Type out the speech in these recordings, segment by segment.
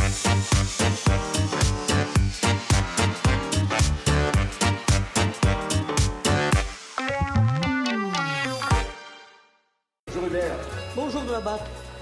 Bonjour Hubert. Bonjour de la batte.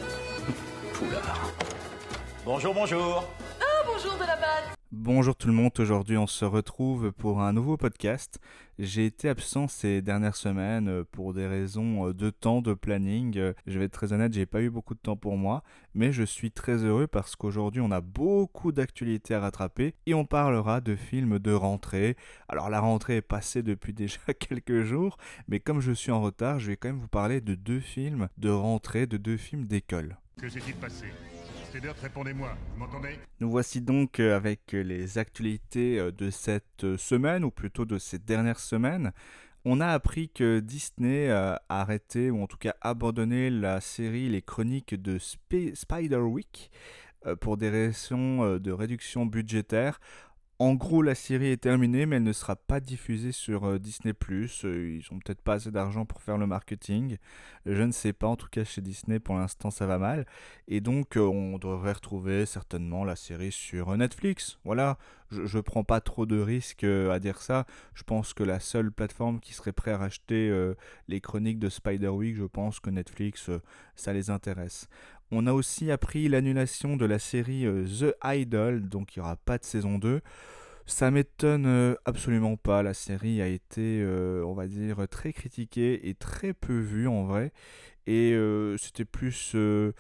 Poulard. Bonjour, bonjour. Bonjour de la batte. Bonjour tout le monde, aujourd'hui on se retrouve pour un nouveau podcast. J'ai été absent ces dernières semaines pour des raisons de temps, de planning. Je vais être très honnête, j'ai pas eu beaucoup de temps pour moi, mais je suis très heureux parce qu'aujourd'hui on a beaucoup d'actualités à rattraper et on parlera de films de rentrée. Alors la rentrée est passée depuis déjà quelques jours, mais comme je suis en retard, je vais quand même vous parler de 2 films de rentrée, de 2 films d'école. Que s'est-il passé? Stedert, répondez-moi, vous m'entendez? Nous voici donc avec les actualités de cette semaine, ou plutôt de ces dernières semaines. On a appris que Disney a arrêté, ou en tout cas abandonné la série Les Chroniques de Spiderwick pour des raisons de réduction budgétaire. En gros, la série est terminée, mais elle ne sera pas diffusée sur Disney+. Ils ont peut-être pas assez d'argent pour faire le marketing. Je ne sais pas, en tout cas chez Disney, pour l'instant, ça va mal. Et donc, on devrait retrouver certainement la série sur Netflix. Voilà, je prends pas trop de risques à dire ça. Je pense que la seule plateforme qui serait prête à racheter les chroniques de Spiderwick, je pense que Netflix, ça les intéresse. On a aussi appris l'annulation de la série The Idol, donc il n'y aura pas de saison 2. Ça m'étonne absolument pas, la série a été, on va dire, très critiquée et très peu vue en vrai. Et c'était plus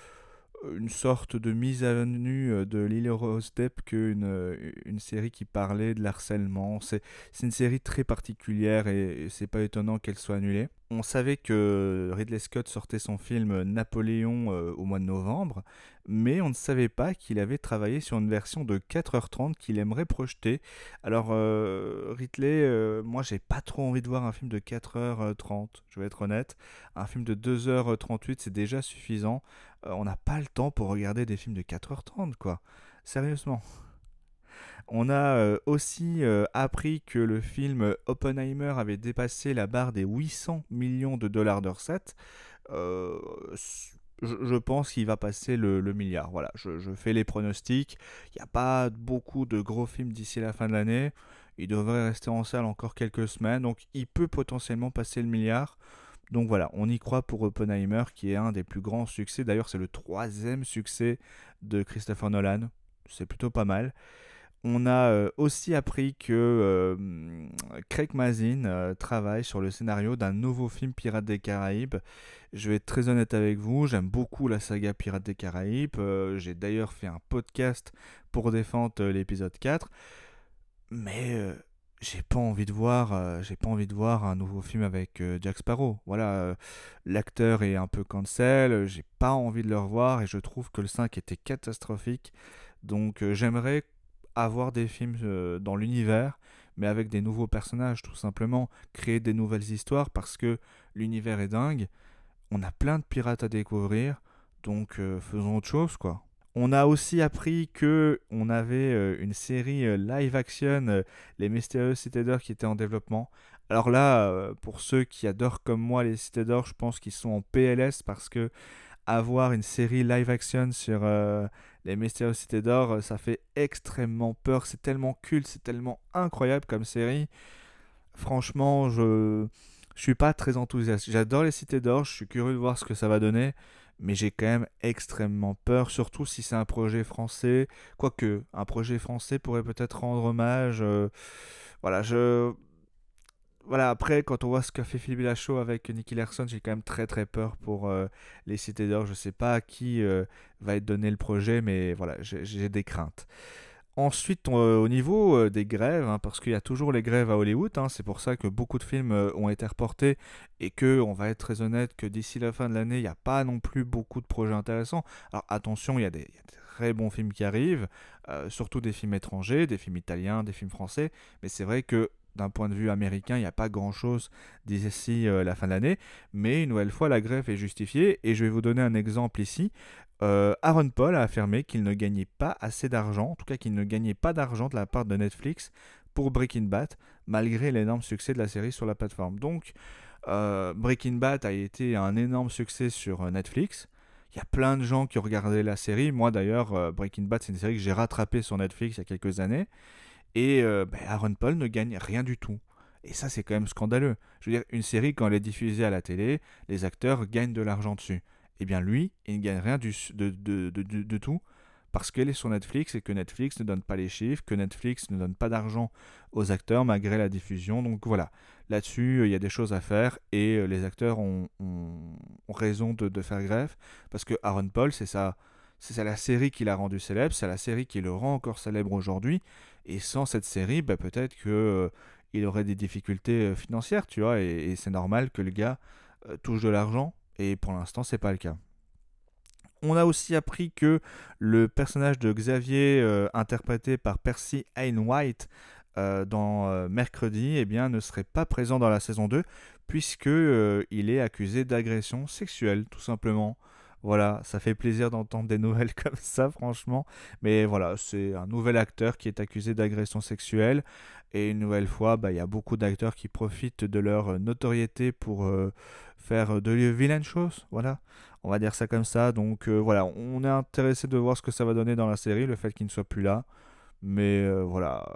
une sorte de mise à nu de Lily Rose Depp qu'une série qui parlait de l'harcèlement. C'est une série très particulière et c'est pas étonnant qu'elle soit annulée. On savait que Ridley Scott sortait son film Napoléon au mois de novembre, mais on ne savait pas qu'il avait travaillé sur une version de 4h30 qu'il aimerait projeter. Alors Ridley, moi j'ai pas trop envie de voir un film de 4h30, je vais être honnête. Un film de 2h38 c'est déjà suffisant. On n'a pas le temps pour regarder des films de 4h30 quoi, sérieusement. On a aussi appris que le film Oppenheimer avait dépassé la barre des 800 millions de dollars de recettes. Je pense qu'il va passer le milliard. Voilà, je fais les pronostics. Il n'y a pas beaucoup de gros films d'ici la fin de l'année. Il devrait rester en salle encore quelques semaines. Donc il peut potentiellement passer le milliard. Donc voilà, on y croit pour Oppenheimer qui est un des plus grands succès. D'ailleurs, c'est le 3e succès de Christopher Nolan. C'est plutôt pas mal. On a aussi appris que Craig Mazin travaille sur le scénario d'un nouveau film Pirates des Caraïbes. Je vais être très honnête avec vous, j'aime beaucoup la saga Pirates des Caraïbes. J'ai d'ailleurs fait un podcast pour défendre l'épisode 4. Mais j'ai pas envie de voir un nouveau film avec Jack Sparrow. Voilà, l'acteur est un peu cancel, j'ai pas envie de le revoir et je trouve que le 5 était catastrophique. Donc j'aimerais avoir des films dans l'univers, mais avec des nouveaux personnages, tout simplement. Créer des nouvelles histoires parce que l'univers est dingue. On a plein de pirates à découvrir, donc faisons autre chose, quoi. On a aussi appris que on avait une série live action, Les Mystérieuses Cités d'Or, qui était en développement. Alors là, pour ceux qui adorent comme moi les Cités d'Or, je pense qu'ils sont en PLS parce que avoir une série live action sur Les Mystérieuses Cités d'Or, ça fait extrêmement peur. C'est tellement culte, c'est tellement incroyable comme série. Franchement, je suis pas très enthousiaste. J'adore les Cités d'Or, je suis curieux de voir ce que ça va donner. Mais j'ai quand même extrêmement peur, surtout si c'est un projet français. Quoique, un projet français pourrait peut-être rendre hommage. Voilà, voilà, après, quand on voit ce qu'a fait Philippe Lachaud avec Nicky Larson, j'ai quand même très très peur pour les Cités d'Or. Je sais pas à qui va être donné le projet, mais voilà, j'ai des craintes. Ensuite, au niveau des grèves, hein, parce qu'il y a toujours les grèves à Hollywood, hein, c'est pour ça que beaucoup de films ont été reportés et que, on va être très honnête, que d'ici la fin de l'année, il n'y a pas non plus beaucoup de projets intéressants. Alors attention, il y a des très bons films qui arrivent, surtout des films étrangers, des films italiens, des films français, mais c'est vrai que d'un point de vue américain, il n'y a pas grand-chose d'ici la fin de l'année, mais une nouvelle fois, la grève est justifiée, et je vais vous donner un exemple ici. Aaron Paul a affirmé qu'il ne gagnait pas assez d'argent, en tout cas qu'il ne gagnait pas d'argent de la part de Netflix pour Breaking Bad, malgré l'énorme succès de la série sur la plateforme. Donc, Breaking Bad a été un énorme succès sur Netflix. Il Il y a plein de gens qui ont regardé la série. Moi d'ailleurs, Breaking Bad, c'est une série que j'ai rattrapée sur Netflix il y a quelques années. Et Aaron Paul ne gagne rien du tout. Et ça, c'est quand même scandaleux. Je veux dire, une série, quand elle est diffusée à la télé, les acteurs gagnent de l'argent dessus. Eh bien, lui, il ne gagne rien de tout parce qu'elle est sur Netflix et que Netflix ne donne pas les chiffres, que Netflix ne donne pas d'argent aux acteurs malgré la diffusion. Donc voilà, là-dessus, il y a des choses à faire et les acteurs ont raison de faire grève parce que Aaron Paul, c'est la série qui l'a rendu célèbre, c'est la série qui le rend encore célèbre aujourd'hui. Et sans cette série, bah, peut-être que il aurait des difficultés financières, tu vois, et c'est normal que le gars touche de l'argent. Et pour l'instant, c'est pas le cas. On a aussi appris que le personnage de Xavier, interprété par Percy Ayn White dans Mercredi, eh bien, ne serait pas présent dans la saison 2, puisque il est accusé d'agression sexuelle, tout simplement. Voilà, ça fait plaisir d'entendre des nouvelles comme ça, franchement. Mais voilà, c'est un nouvel acteur qui est accusé d'agression sexuelle. Et une nouvelle fois, bah, il y a beaucoup d'acteurs qui profitent de leur notoriété pour faire de vilaines choses. Voilà, on va dire ça comme ça. Donc voilà, on est intéressé de voir ce que ça va donner dans la série, le fait qu'il ne soit plus là. Mais voilà,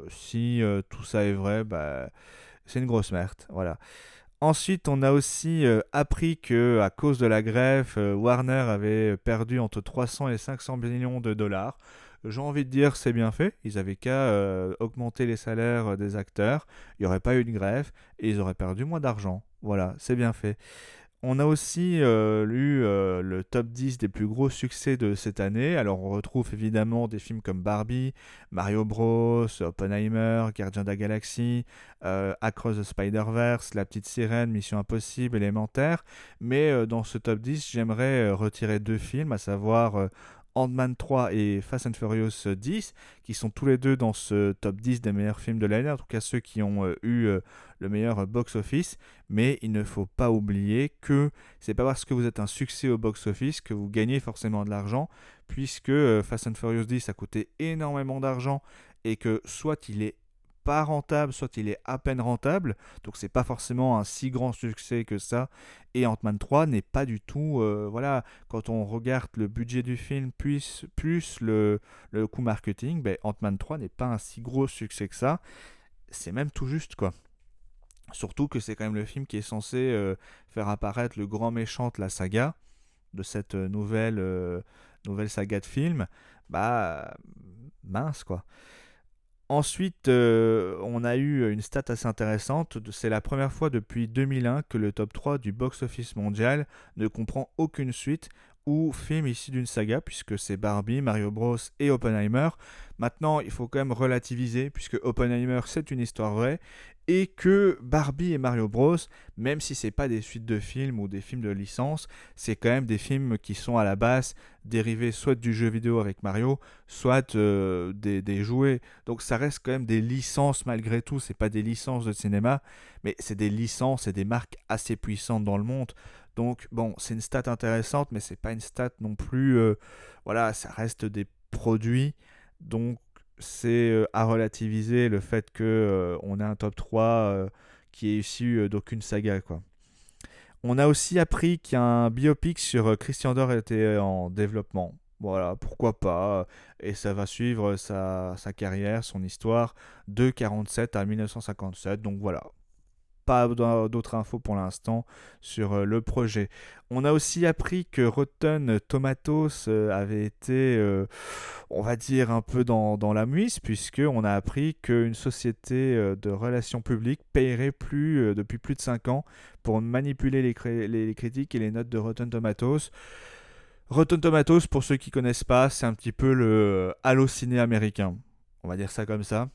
si tout ça est vrai, bah, c'est une grosse merde. Voilà. Ensuite, on a aussi appris que à cause de la grève, Warner avait perdu entre 300 et 500 millions de dollars. J'ai envie de dire c'est bien fait. Ils avaient qu'à augmenter les salaires des acteurs. Il n'y aurait pas eu de grève et ils auraient perdu moins d'argent. Voilà, c'est bien fait. On a aussi lu le top 10 des plus gros succès de cette année. Alors on retrouve évidemment des films comme Barbie, Mario Bros, Oppenheimer, Gardien de la Galaxie, Across the Spider-Verse, La Petite Sirène, Mission Impossible, Élémentaire. Mais dans ce top 10, j'aimerais retirer deux films, à savoir Ant-Man 3 et Fast and Furious 10, qui sont tous les deux dans ce top 10 des meilleurs films de l'année, en tout cas ceux qui ont eu le meilleur box-office. Mais il ne faut pas oublier que c'est pas parce que vous êtes un succès au box-office que vous gagnez forcément de l'argent, puisque Fast and Furious 10 a coûté énormément d'argent et que soit il est pas rentable, soit il est à peine rentable, donc c'est pas forcément un si grand succès que ça. Et Ant-Man 3 n'est pas du tout, voilà, quand on regarde le budget du film plus le coût marketing, ben Ant-Man 3 n'est pas un si gros succès que ça, c'est même tout juste quoi. Surtout que c'est quand même le film qui est censé faire apparaître le grand méchant de la saga, de cette nouvelle saga de films, bah mince quoi. Ensuite, on a eu une stat assez intéressante. C'est la première fois depuis 2001 que le top 3 du box-office mondial ne comprend aucune suite ou film issu d'une saga, puisque c'est Barbie, Mario Bros et Oppenheimer. Maintenant, il faut quand même relativiser, puisque Oppenheimer, c'est une histoire vraie, et que Barbie et Mario Bros, même si c'est pas des suites de films ou des films de licence, c'est quand même des films qui sont à la base dérivés soit du jeu vidéo avec Mario, soit des jouets. Donc ça reste quand même des licences malgré tout, c'est pas des licences de cinéma, mais c'est des licences et des marques assez puissantes dans le monde. Donc bon, c'est une stat intéressante, mais c'est pas une stat non plus. Voilà, ça reste des produits. Donc c'est à relativiser le fait que on a un top 3 qui est issu d'aucune saga quoi. On a aussi appris qu'un biopic sur Christian Dior était en développement. Voilà, pourquoi pas. Et ça va suivre sa carrière, son histoire de 47 à 1957. Donc voilà, pas d'autres infos pour l'instant sur le projet. On a aussi appris que Rotten Tomatoes avait été, on va dire, un peu dans la muisse, puisqu'on a appris qu'une société de relations publiques paierait depuis plus de 5 ans pour manipuler les critiques et les notes de Rotten Tomatoes. Rotten Tomatoes, pour ceux qui ne connaissent pas, c'est un petit peu le Allociné américain. On va dire ça comme ça.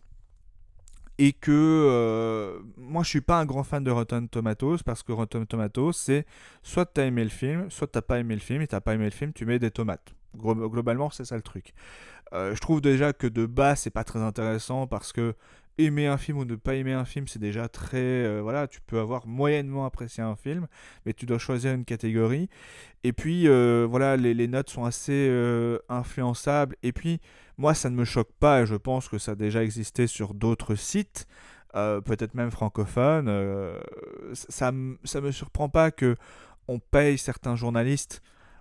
Et que moi je suis pas un grand fan de Rotten Tomatoes parce que Rotten Tomatoes c'est soit t'as aimé le film, soit t'as pas aimé le film, et t'as pas aimé le film, tu mets des tomates. Globalement c'est ça le truc. Je trouve déjà que de base c'est pas très intéressant parce que aimer un film ou ne pas aimer un film c'est déjà très voilà, tu peux avoir moyennement apprécié un film mais tu dois choisir une catégorie et puis voilà, les notes sont assez influençables et puis moi ça ne me choque pas et je pense que ça a déjà existé sur d'autres sites peut-être même francophones. Ça me surprend pas que on paye certains journalistes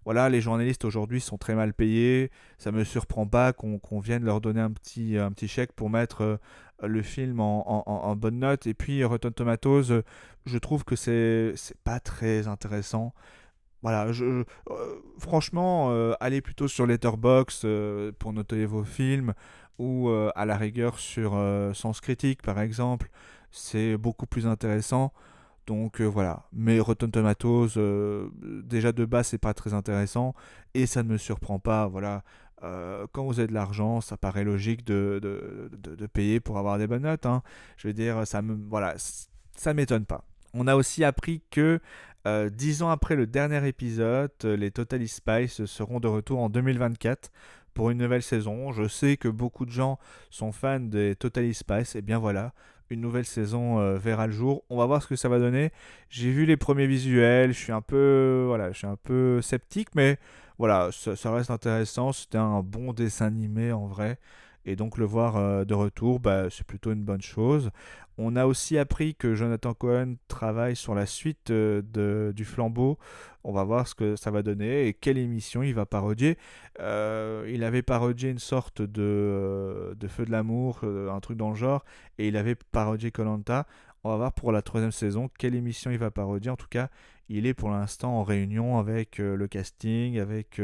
voilà, les journalistes aujourd'hui sont très mal payés. Ça me surprend pas qu'on vienne leur donner un petit chèque pour mettre le film en bonne note. Et puis Rotten Tomatoes, je trouve que c'est pas très intéressant. Voilà, franchement, allez plutôt sur Letterboxd pour noter vos films ou à la rigueur sur Sens Critique par exemple. C'est beaucoup plus intéressant. Donc voilà, mais Rotten Tomatoes, déjà de base, c'est pas très intéressant et ça ne me surprend pas. Voilà, quand vous avez de l'argent, ça paraît logique de payer pour avoir des bonnes notes, hein. Je veux dire, voilà, ça m'étonne pas. On a aussi appris que 10 ans après le dernier épisode, les Totally Spies seront de retour en 2024 pour une nouvelle saison. Je sais que beaucoup de gens sont fans des Totally Spies, et bien voilà, une nouvelle saison verra le jour. On va voir ce que ça va donner. J'ai vu les premiers visuels, je suis un peu sceptique, mais voilà, ça reste intéressant. C'était un bon dessin animé en vrai. Et donc le voir de retour, bah, c'est plutôt une bonne chose. On a aussi appris que Jonathan Cohen travaille sur la suite du Flambeau. On va voir ce que ça va donner et quelle émission il va parodier. Il avait parodié une sorte de Feu de l'amour, un truc dans le genre, et il avait parodié koh. On va voir pour la troisième saison quelle émission il va parodier. En tout cas, il est pour l'instant en réunion avec le casting, avec,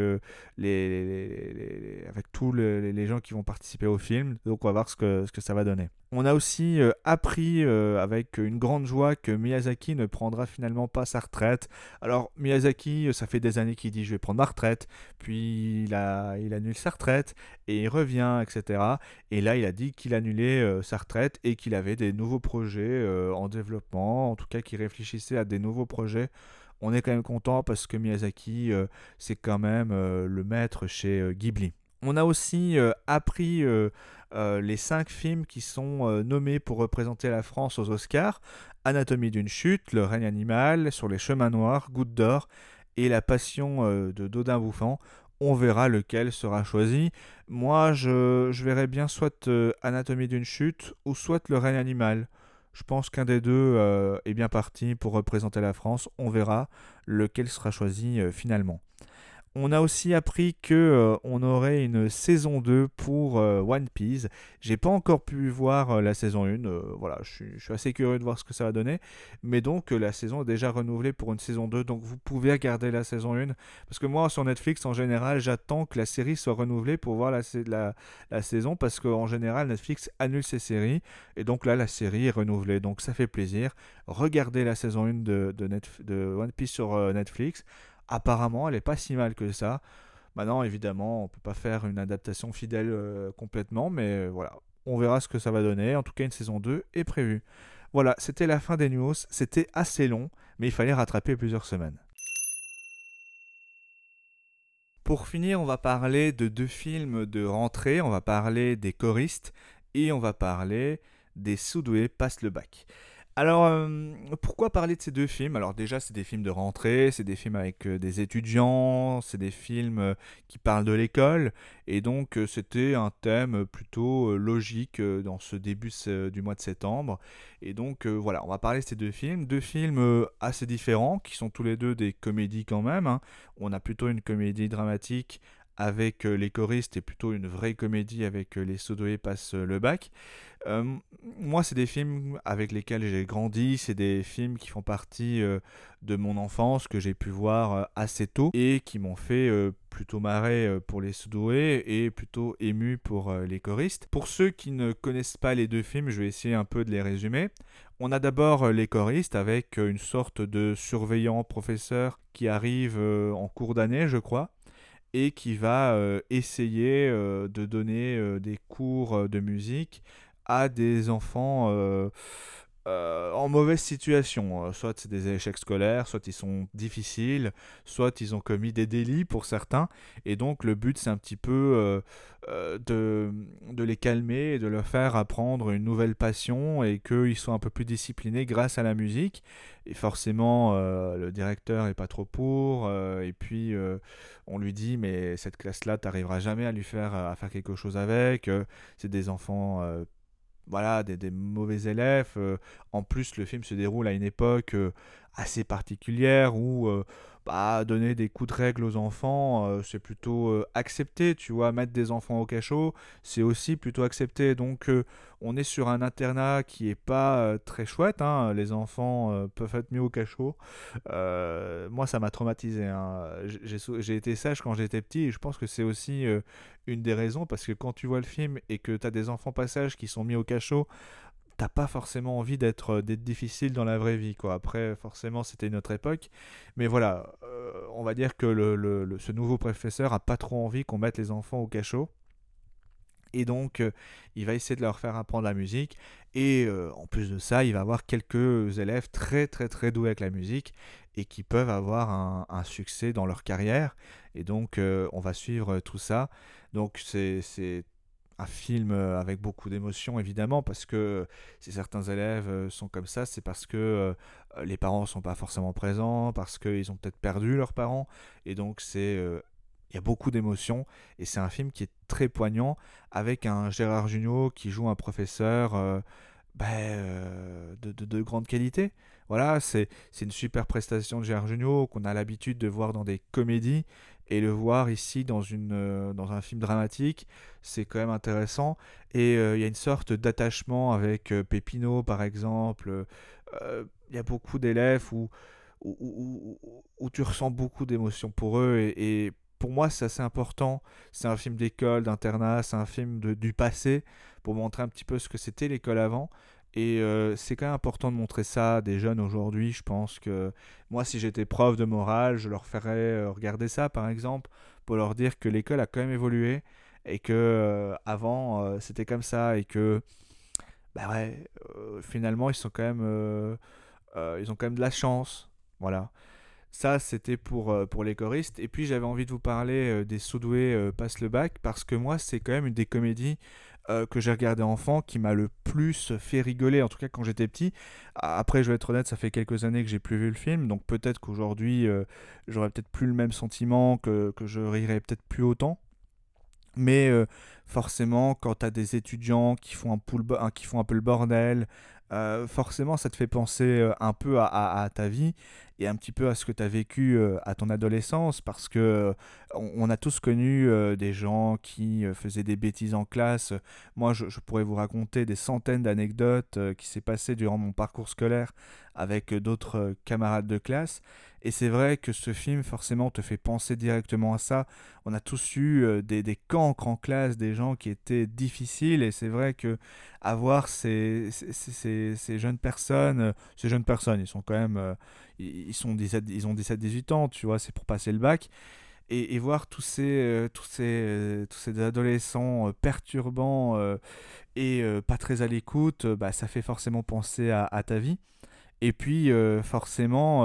avec tous les gens qui vont participer au film. Donc on va voir ce que ça va donner. On a aussi appris avec une grande joie que Miyazaki ne prendra finalement pas sa retraite. Alors Miyazaki, ça fait des années qu'il dit je vais prendre ma retraite, puis il annule sa retraite et il revient, etc. Et là il a dit qu'il annulait sa retraite et qu'il avait des nouveaux projets en développement, en tout cas qu'il réfléchissait à des nouveaux projets. On est quand même content parce que Miyazaki, c'est quand même le maître chez Ghibli. On a aussi appris les 5 films qui sont nommés pour représenter la France aux Oscars. Anatomie d'une chute, Le règne animal, Sur les chemins noirs, Goutte d'or et La passion de Dodin Bouffant. On verra lequel sera choisi. Moi, je verrais bien soit Anatomie d'une chute ou soit Le règne animal. Je pense qu'un des deux est bien parti pour représenter la France. On verra lequel sera choisi finalement. On a aussi appris que on aurait une saison 2 pour One Piece. J'ai pas encore pu voir la saison 1. Voilà, je suis assez curieux de voir ce que ça va donner. Mais donc la saison est déjà renouvelée pour une saison 2. Donc vous pouvez regarder la saison 1. Parce que moi sur Netflix en général j'attends que la série soit renouvelée pour voir la saison. Parce qu'en général Netflix annule ses séries. Et donc là la série est renouvelée. Donc ça fait plaisir. Regardez la saison 1 de One Piece sur Netflix. Apparemment, elle est pas si mal que ça. Maintenant, évidemment, on peut pas faire une adaptation fidèle complètement, mais voilà, on verra ce que ça va donner. En tout cas, une saison 2 est prévue. Voilà, c'était la fin des news. C'était assez long, mais il fallait rattraper plusieurs semaines. Pour finir, on va parler de 2 films de rentrée. On va parler des choristes et on va parler des sous-doués passent le bac. Alors, pourquoi parler de ces 2 films? Alors déjà, c'est des films de rentrée, c'est des films avec des étudiants, c'est des films qui parlent de l'école, et donc c'était un thème plutôt logique dans ce début du mois de septembre. Et donc voilà, on va parler de ces 2 films assez différents, qui sont tous les deux des comédies quand même, hein. On a plutôt une comédie dramatique avec les choristes et plutôt une vraie comédie avec les Sodoués passent le bac. Euh, Moi, c'est des films avec lesquels j'ai grandi, c'est des films qui font partie de mon enfance, que j'ai pu voir assez tôt et qui m'ont fait plutôt marrer pour les sous-doués et plutôt ému pour les choristes. Pour ceux qui ne connaissent pas les 2 films, je vais essayer un peu de les résumer. On a d'abord les choristes avec une sorte de surveillant professeur qui arrive en cours d'année, je crois, et qui va essayer de donner des cours de musique à des enfants en mauvaise situation. Soit c'est des échecs scolaires, soit ils sont difficiles, soit ils ont commis des délits pour certains. Et donc le but c'est un petit peu de les calmer et de leur faire apprendre une nouvelle passion et qu'ils soient un peu plus disciplinés grâce à la musique. Et forcément le directeur est pas trop pour. Et puis on lui dit mais cette classe-là t'arriveras jamais à faire quelque chose avec. C'est des enfants voilà, des mauvais élèves. En plus, le film se déroule à une époque assez particulière où bah, donner des coups de règle aux enfants, c'est plutôt accepté, tu vois. Mettre des enfants au cachot, c'est aussi plutôt accepté. Donc, on est sur un internat qui est pas très chouette, hein. Les enfants peuvent être mis au cachot. Moi, ça m'a traumatisé, hein. J'ai été sage quand j'étais petit et je pense que c'est aussi une des raisons parce que quand tu vois le film et que tu as des enfants pas sages qui sont mis au cachot, t'as pas forcément envie d'être difficile dans la vraie vie, quoi. Après, forcément, c'était une autre époque. Mais voilà, on va dire que ce nouveau professeur a pas trop envie qu'on mette les enfants au cachot. Et donc, il va essayer de leur faire apprendre la musique. Et en plus de ça, il va avoir quelques élèves très très très doués avec la musique et qui peuvent avoir un succès dans leur carrière. Et donc, on va suivre tout ça. Donc, c'est un film avec beaucoup d'émotions, évidemment, parce que si certains élèves sont comme ça, c'est parce que les parents ne sont pas forcément présents, parce qu'ils ont peut-être perdu leurs parents. Et donc, il y a beaucoup d'émotions et c'est un film qui est très poignant avec un Gérard Jugnot qui joue un professeur de grande qualité. Voilà, c'est une super prestation de Gérard Jugnot qu'on a l'habitude de voir dans des comédies et le voir ici dans un film dramatique, c'est quand même intéressant. Et il y a une sorte d'attachement avec Pépino par exemple. Il y a beaucoup d'élèves où tu ressens beaucoup d'émotions pour eux et pour moi c'est assez important. C'est un film d'école, d'internat, c'est un film du passé pour montrer un petit peu ce que c'était l'école avant. Et c'est quand même important de montrer ça à des jeunes aujourd'hui. Je pense que moi, si j'étais prof de morale, je leur ferais regarder ça, par exemple, pour leur dire que l'école a quand même évolué et que avant c'était comme ça et que bah ouais, finalement ils ont quand même de la chance. Voilà. Ça, c'était pour les choristes. Et puis, j'avais envie de vous parler des Sudoués Passe le bac, parce que moi, c'est quand même une des comédies que j'ai regardé enfant qui m'a le plus fait rigoler, en tout cas quand j'étais petit. Après, je vais être honnête, ça fait quelques années que j'ai plus vu le film, donc peut-être qu'aujourd'hui, j'aurais peut-être plus le même sentiment, que je rirais peut-être plus autant. Mais forcément, quand tu as des étudiants qui font un peu le bordel, forcément, ça te fait penser un peu à ta vie et un petit peu à ce que tu as vécu à ton adolescence, parce que on a tous connu des gens qui faisaient des bêtises en classe. Moi, je pourrais vous raconter des centaines d'anecdotes qui s'est passé durant mon parcours scolaire avec d'autres camarades de classe. Et c'est vrai que ce film, forcément, te fait penser directement à ça. On a tous eu des cancres en classe, des gens qui étaient difficiles, et c'est vrai que avoir ces jeunes personnes, ils sont quand même, ils ont 17-18 ans, tu vois, c'est pour passer le bac, et voir tous ces adolescents perturbants et pas très à l'écoute, bah, ça fait forcément penser à ta vie. Et puis forcément,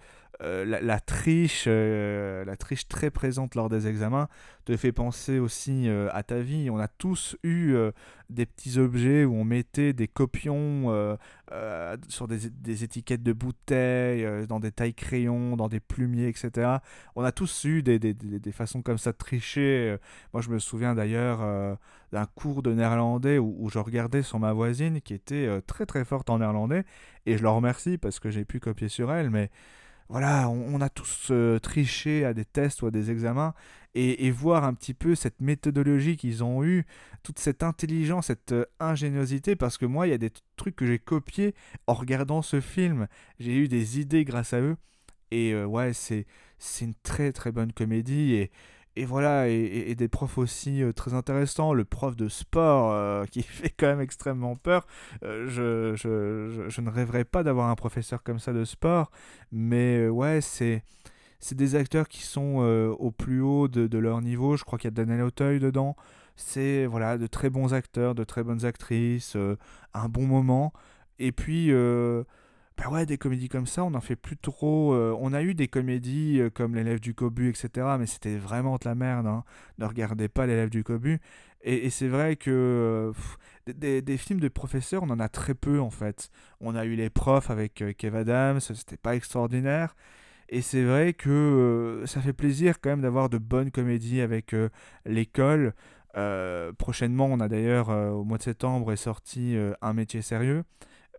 la triche très présente lors des examens te fait penser aussi à ta vie. On a tous eu des petits objets où on mettait des copions sur des étiquettes de bouteilles, dans des tailles crayons, dans des plumiers, etc. On a tous eu des façons comme ça de tricher. Moi, je me souviens d'ailleurs d'un cours de néerlandais où je regardais sur ma voisine qui était très très forte en néerlandais, et je la remercie parce que j'ai pu copier sur elle, mais voilà, on a tous triché à des tests ou à des examens, et voir un petit peu cette méthodologie qu'ils ont eue, toute cette intelligence, cette ingéniosité, parce que moi, il y a des trucs que j'ai copiés en regardant ce film. J'ai eu des idées grâce à eux, et ouais, c'est une très très bonne comédie, et voilà, et des profs aussi très intéressants. Le prof de sport qui fait quand même extrêmement peur. Je ne rêverais pas d'avoir un professeur comme ça de sport, mais ouais, c'est des acteurs qui sont au plus haut de leur niveau. Je crois qu'il y a Daniel Auteuil dedans. C'est voilà, de très bons acteurs, de très bonnes actrices, un bon moment. Et puis, bah ouais, des comédies comme ça, on n'en fait plus trop. On a eu des comédies comme L'élève du Cobu, etc. Mais c'était vraiment de la merde, hein. Ne regardez pas L'élève du Cobu. Et c'est vrai que des films de professeurs, on en a très peu en fait. On a eu Les Profs avec Kev Adams, c'était pas extraordinaire. Et c'est vrai que ça fait plaisir quand même d'avoir de bonnes comédies avec l'école. Prochainement, on a d'ailleurs, au mois de septembre, est sorti Un métier sérieux.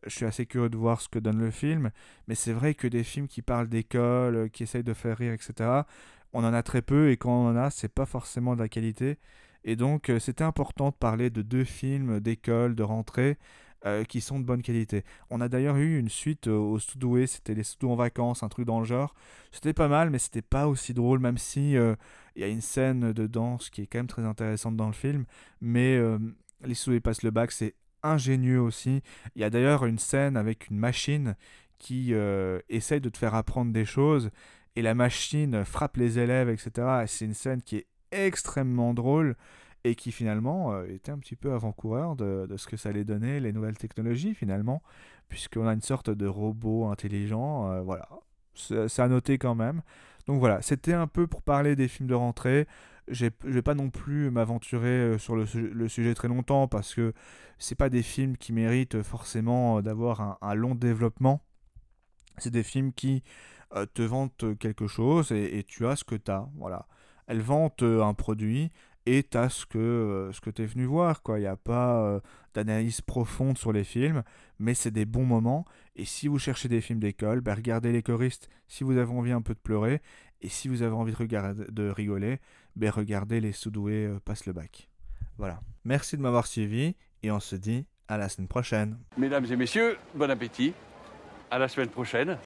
Je suis assez curieux de voir ce que donne le film, mais c'est vrai que des films qui parlent d'école, qui essayent de faire rire, etc., on en a très peu, et quand on en a, c'est pas forcément de la qualité. Et donc, c'était important de parler de 2 films d'école, de rentrée, qui sont de bonne qualité. On a d'ailleurs eu une suite aux Soudoués, c'était les Soudous en vacances, un truc dans le genre. C'était pas mal, mais c'était pas aussi drôle, même si il y a une scène de danse qui est quand même très intéressante dans le film. Mais les Soudoués passent le bac, c'est ingénieux aussi. Il y a d'ailleurs une scène avec une machine qui essaye de te faire apprendre des choses, et la machine frappe les élèves, etc. Et c'est une scène qui est extrêmement drôle, et qui finalement était un petit peu avant-coureur de ce que ça allait donner, les nouvelles technologies finalement, puisqu'on a une sorte de robot intelligent, voilà. C'est à noter quand même. Donc voilà, c'était un peu pour parler des films de rentrée. Je vais pas non plus m'aventurer sur le sujet très longtemps, parce que c'est pas des films qui méritent forcément d'avoir un long développement. C'est des films qui te vantent quelque chose, et tu as ce que tu as. Voilà. Elles vantent un produit, et tu as ce que tu es venu voir, quoi. Il n'y a pas d'analyse profonde sur les films, mais c'est des bons moments. Et si vous cherchez des films d'école, ben regardez Les Choristes si vous avez envie un peu de pleurer. Et si vous avez envie de rigoler, ben regardez Les Soudoués passent le bac. Voilà. Merci de m'avoir suivi, et on se dit à la semaine prochaine. Mesdames et messieurs, bon appétit. À la semaine prochaine.